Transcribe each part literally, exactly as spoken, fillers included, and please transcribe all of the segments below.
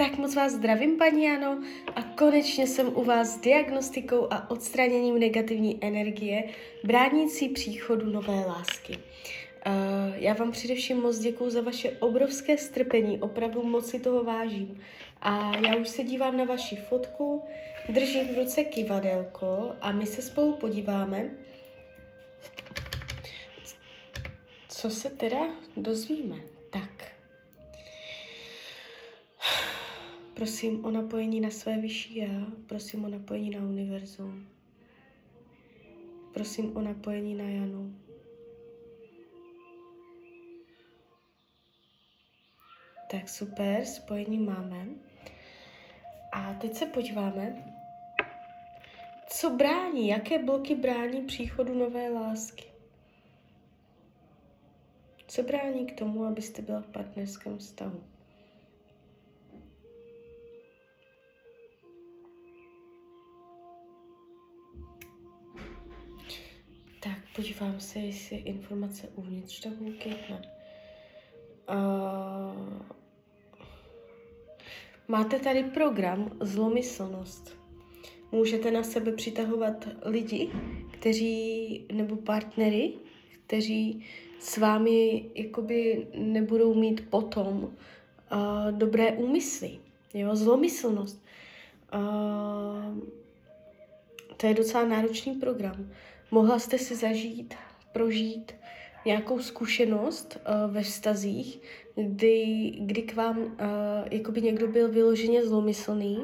Tak moc vás zdravím, paní Jano, a konečně jsem u vás s diagnostikou a odstraněním negativní energie, bránící příchodu nové lásky. Uh, já vám především moc děkuju za vaše obrovské strpení, opravdu moc si toho vážím. A já už se dívám na vaši fotku, držím v ruce kivadelko a my se spolu podíváme, co se teda dozvíme. Tak. Prosím o napojení na své vyšší já, prosím o napojení na univerzum, prosím o napojení na Janu. Tak super, spojení máme. A teď se podíváme, co brání, jaké bloky brání příchodu nové lásky. Co brání k tomu, abyste byla v partnerském vztahu? Tak, podívám se, jestli je informace uvnitř tabulky. Ne. Uh, máte tady program Zlomyslnost. Můžete na sebe přitahovat lidi, kteří, nebo partnery, kteří s vámi jakoby nebudou mít potom uh, dobré úmysly. Jo, zlomyslnost. Uh, to je docela náročný program. Mohla jste si zažít, prožít nějakou zkušenost uh, ve vztazích, kdy, kdy k vám uh, jakoby někdo byl vyloženě zlomyslný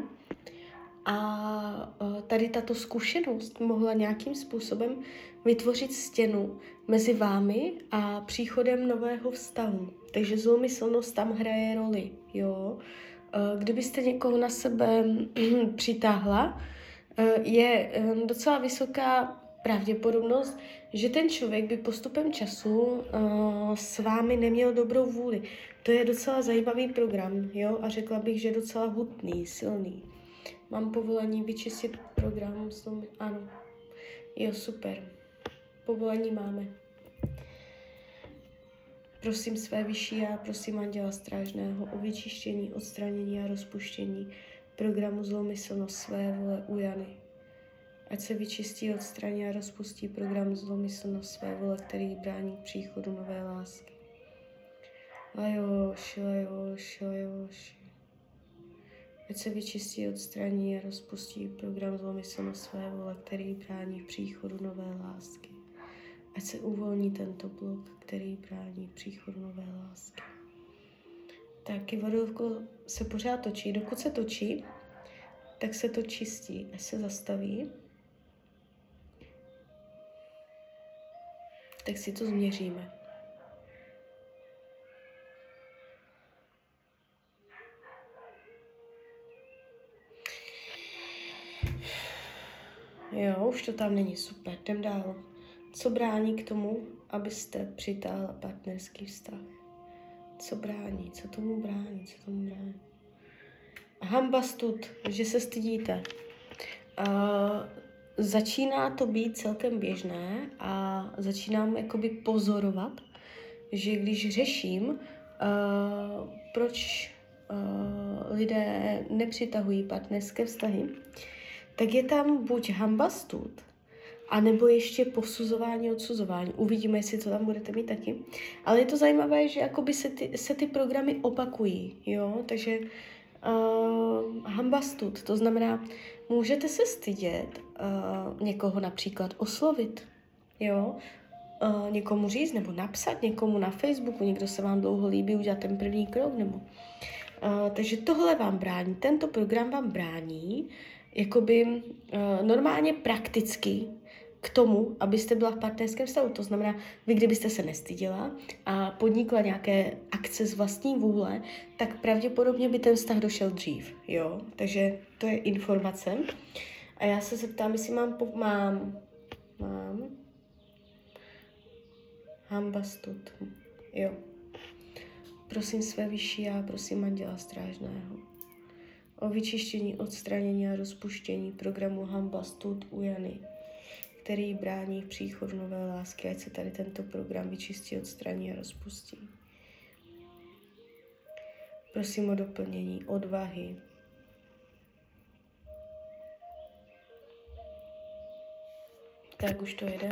a uh, tady tato zkušenost mohla nějakým způsobem vytvořit stěnu mezi vámi a příchodem nového vztahu. Takže zlomyslnost tam hraje roli. Jo? Uh, kdybyste někoho na sebe přitáhla, uh, je um, docela vysoká pravděpodobnost, že ten člověk by postupem času uh, s vámi neměl dobrou vůli. To je docela zajímavý program, jo, a řekla bych, že docela hutný, silný. Mám povolení vyčistit program, ano. Jo, super. Povolení máme. Prosím své vyšší já, prosím anděla strážného o vyčištění, odstranění a rozpuštění programu zlomyslnost své vole u Jany. Ať se vyčistí, odstraní a rozpustí program zlomyslnost své vole, který brání příchodu nové lásky. Lajoši, lajoši, lajoši. Ať se vyčistí, odstraní a rozpustí program zlomyslnost své vole, který brání příchodu nové lásky. Ať se uvolní tento blok, který brání příchodu nové lásky. Tak kivadlovko se pořád točí. Dokud se točí, tak se to čistí. Až se zastaví, tak si to změříme. Jo, už to tam není super, jdem dál. Co brání k tomu, abyste přitáhla partnerský vztah? Co brání? Co tomu brání? Co tomu brání? Hanba stud, že se stydíte. Uh, začíná to být celkem běžné a začínám jakoby pozorovat, že když řeším, uh, proč uh, lidé nepřitahují partnerské vztahy, tak je tam buď hanba stud, anebo ještě posuzování, odsuzování. Uvidíme, jestli to tam budete mít taky. Ale je to zajímavé, že jakoby se ty, se ty programy opakují, jo, takže Uh, hanba stud, to znamená, můžete se stydět uh, někoho například oslovit, jo, uh, někomu říct, nebo napsat někomu na Facebooku, někdo se vám dlouho líbí, udělat ten první krok, nebo. Uh, takže tohle vám brání, tento program vám brání, jakoby uh, normálně prakticky k tomu, abyste byla v partnerském vztahu. To znamená, vy kdybyste se nestyděla a podnikla nějaké akce z vlastní vůle, tak pravděpodobně by ten vztah došel dřív. Jo? Takže to je informace. A já se zeptám, jestli mám... Po... Mám. Mám. Hanba stud. Jo. Prosím své vyšší já, prosím anděla strážného o vyčištění, odstranění a rozpuštění programu hanba stud u Jany, který brání v příchodu nové lásky, ať se tady tento program vyčistí, odstraní a rozpustí. Prosím o doplnění odvahy. Tak už to jede.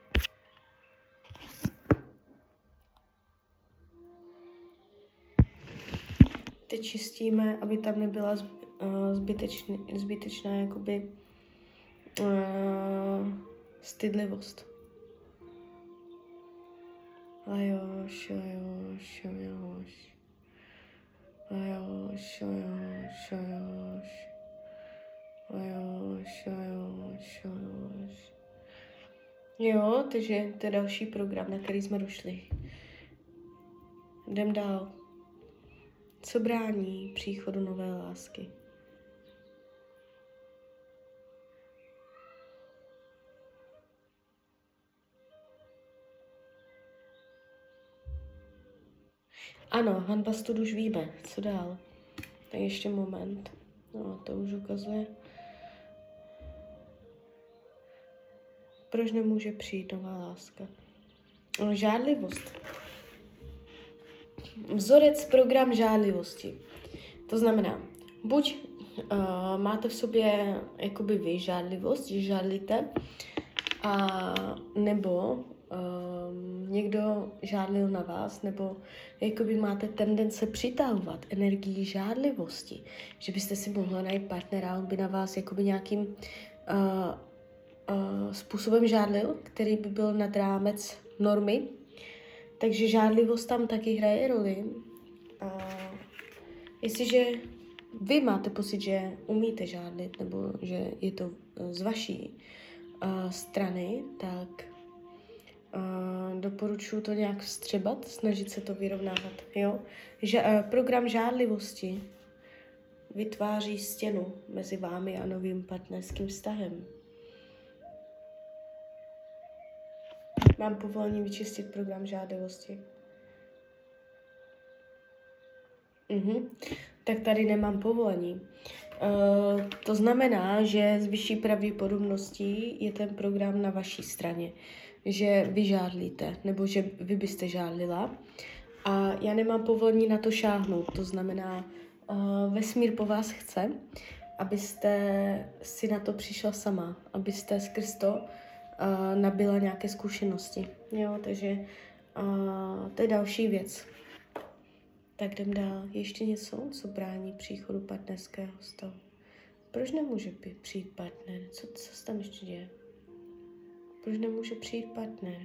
Teď čistíme, aby tam nebyla zbytečná, zbytečná jakoby uh, stydlivost. Lajoš, lajoš, lajoš. Lajoš, lajoš, lajoš. Lajoš, lajoš, lajoš. Jo, takže to je další program, na který jsme došli. Jdem dál. Co brání příchodu nové lásky? Ano, hanba stud už víme. Co dál? Tak ještě moment. No, to už ukazuje. Proč nemůže přijít nová láska? Žádlivost. Vzorec program žádlivosti. To znamená, buď uh, máte v sobě jakoby vy žádlivost, že žádlíte, a nebo um, někdo žádlil na vás, nebo jakoby máte tendence přitahovat energii žádlivosti, že byste si mohla najít partnera, on by na vás jakoby nějakým uh, uh, způsobem žádlil, který by byl nad rámec normy. Takže žádlivost tam taky hraje roli. A jestliže vy máte pocit, že umíte žádlit, nebo že je to z vaší uh, strany, tak uh, doporučuji to nějak vstřebat, snažit se to vyrovnávat. Jo? Že, uh, program žádlivosti vytváří stěnu mezi vámi a novým partnerským vztahem. Mám povolení vyčistit program žádlivosti. Mhm. Tak tady nemám povolení. Uh, to znamená, že s vyšší pravděpodobností je ten program na vaší straně. Že vy žádlíte, nebo že vy byste žádlila. A já nemám povolení na to šáhnout. To znamená, uh, vesmír po vás chce, abyste si na to přišla sama. Abyste skrz to Uh, nabyla nějaké zkušenosti. Jo, takže uh, to je další věc. Tak jdem dál. Ještě něco, co brání příchodu partnerského stavu. Proč nemůže přijít partner? Co, co se tam ještě děje? Proč nemůže přijít partner?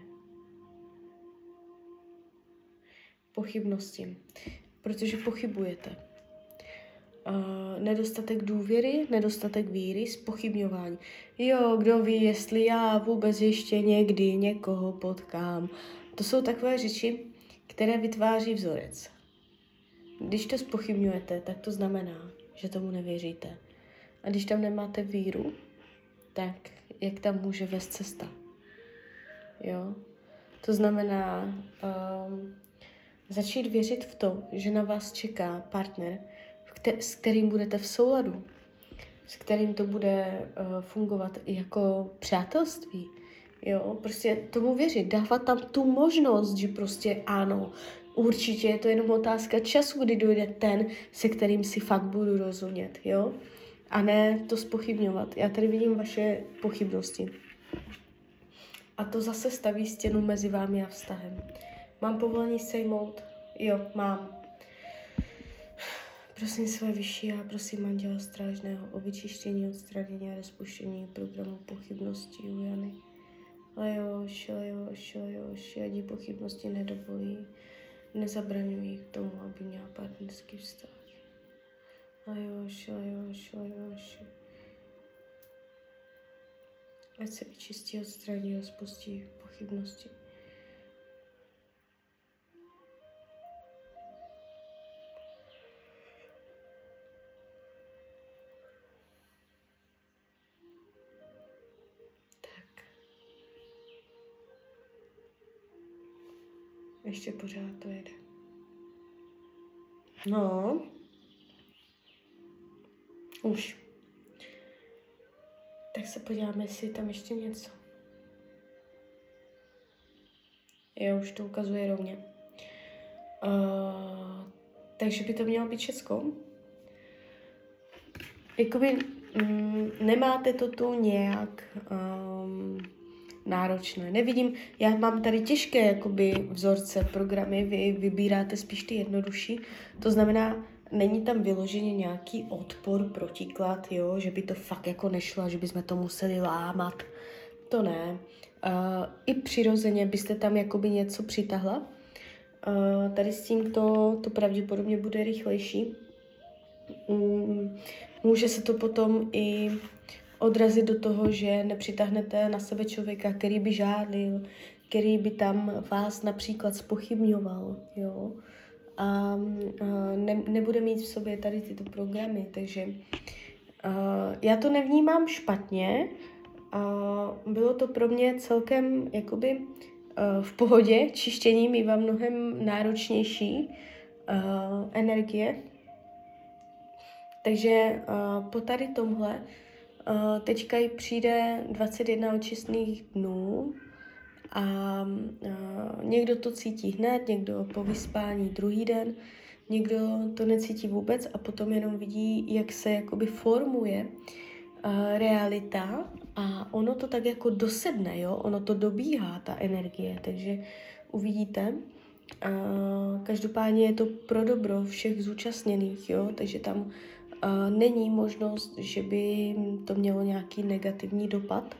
Pochybnosti. Protože pochybujete. Uh, nedostatek důvěry, nedostatek víry, zpochybňování. Jo, kdo ví, jestli já vůbec ještě někdy někoho potkám. To jsou takové řeči, které vytváří vzorec. Když to zpochybňujete, tak to znamená, že tomu nevěříte. A když tam nemáte víru, tak jak tam může vést cesta? Jo? To znamená um, začít věřit v to, že na vás čeká partner, s kterým budete v souladu, s kterým to bude uh, fungovat jako přátelství. Jo, prostě tomu věřit, dávat tam tu možnost, že prostě ano, určitě je to jenom otázka času, kdy dojde ten, se kterým si fakt budu rozumět, jo? A ne to zpochybňovat. Já tady vidím vaše pochybnosti. A to zase staví stěnu mezi vámi a vztahem. Mám povolení sejmout? Jo, mám. Prosím své vyšší a prosím Anděla Strážného o vyčištění, odstranění a rozpuštění programu pochybností u Jany. Lajoš, lajoš, lajoš, ať jí pochybnosti nedovolí, nezabraňují k tomu, aby měla partnerský vztah. Lajoš, lajoš, lajoš. Ať se vyčistí, odstraní, rozpustí pochybnosti. Ještě pořád to jede. No. Už. Tak se podíváme, jestli je tam ještě něco. Jo, už to ukazuje rovně. Uh, takže by to mělo být všecko. Jakoby mm, nemáte to tu nějak um, náročné. Nevidím, já mám tady těžké jakoby vzorce, programy, vy vybíráte spíš ty jednodušší, to znamená, není tam vyloženě nějaký odpor, protiklad, jo, že by to fakt jako nešlo, že bychom to museli lámat, to ne. Uh, I přirozeně byste tam jakoby něco přitahla. Uh, tady s tím to, to pravděpodobně bude rychlejší. Um, může se to potom i odrazit do toho, že nepřitáhnete na sebe člověka, který by žádlil, který by tam vás například zpochybňoval, jo. A, a ne, nebude mít v sobě tady tyto programy, takže a, já to nevnímám špatně. A bylo to pro mě celkem jakoby a, v pohodě, čištění mívá mnohem náročnější a, energie. Takže a, po tady tomhle a, teďka jí přijde dvacet jedna očistných dnů a, a někdo to cítí hned, někdo po vyspání druhý den, někdo to necítí vůbec a potom jenom vidí, jak se jakoby formuje a, realita a ono to tak jako dosedne, jo? Ono to dobíhá, ta energie, takže uvidíte. A, každopádně je to pro dobro všech zúčastněných, jo? Takže tam a, není možnost, že by to mělo nějaký negativní dopad.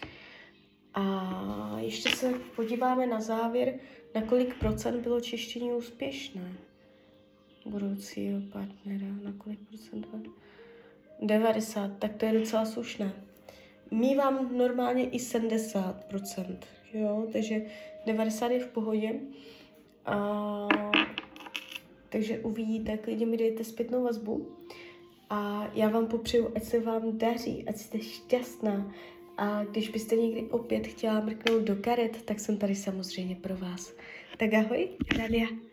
A ještě se podíváme na závěr, na kolik procent bylo čištění úspěšné budoucího partnera, na kolik procent? devadesát, tak to je docela slušné. Mívám normálně i sedmdesát procent, jo, takže devadesát je v pohodě. A, takže uvidíte, klidně mi dejte zpětnou vazbu. A já vám popřeju, ať se vám daří, ať jste šťastná. A když byste někdy opět chtěla mrknout do karet, tak jsem tady samozřejmě pro vás. Tak ahoj, Radia.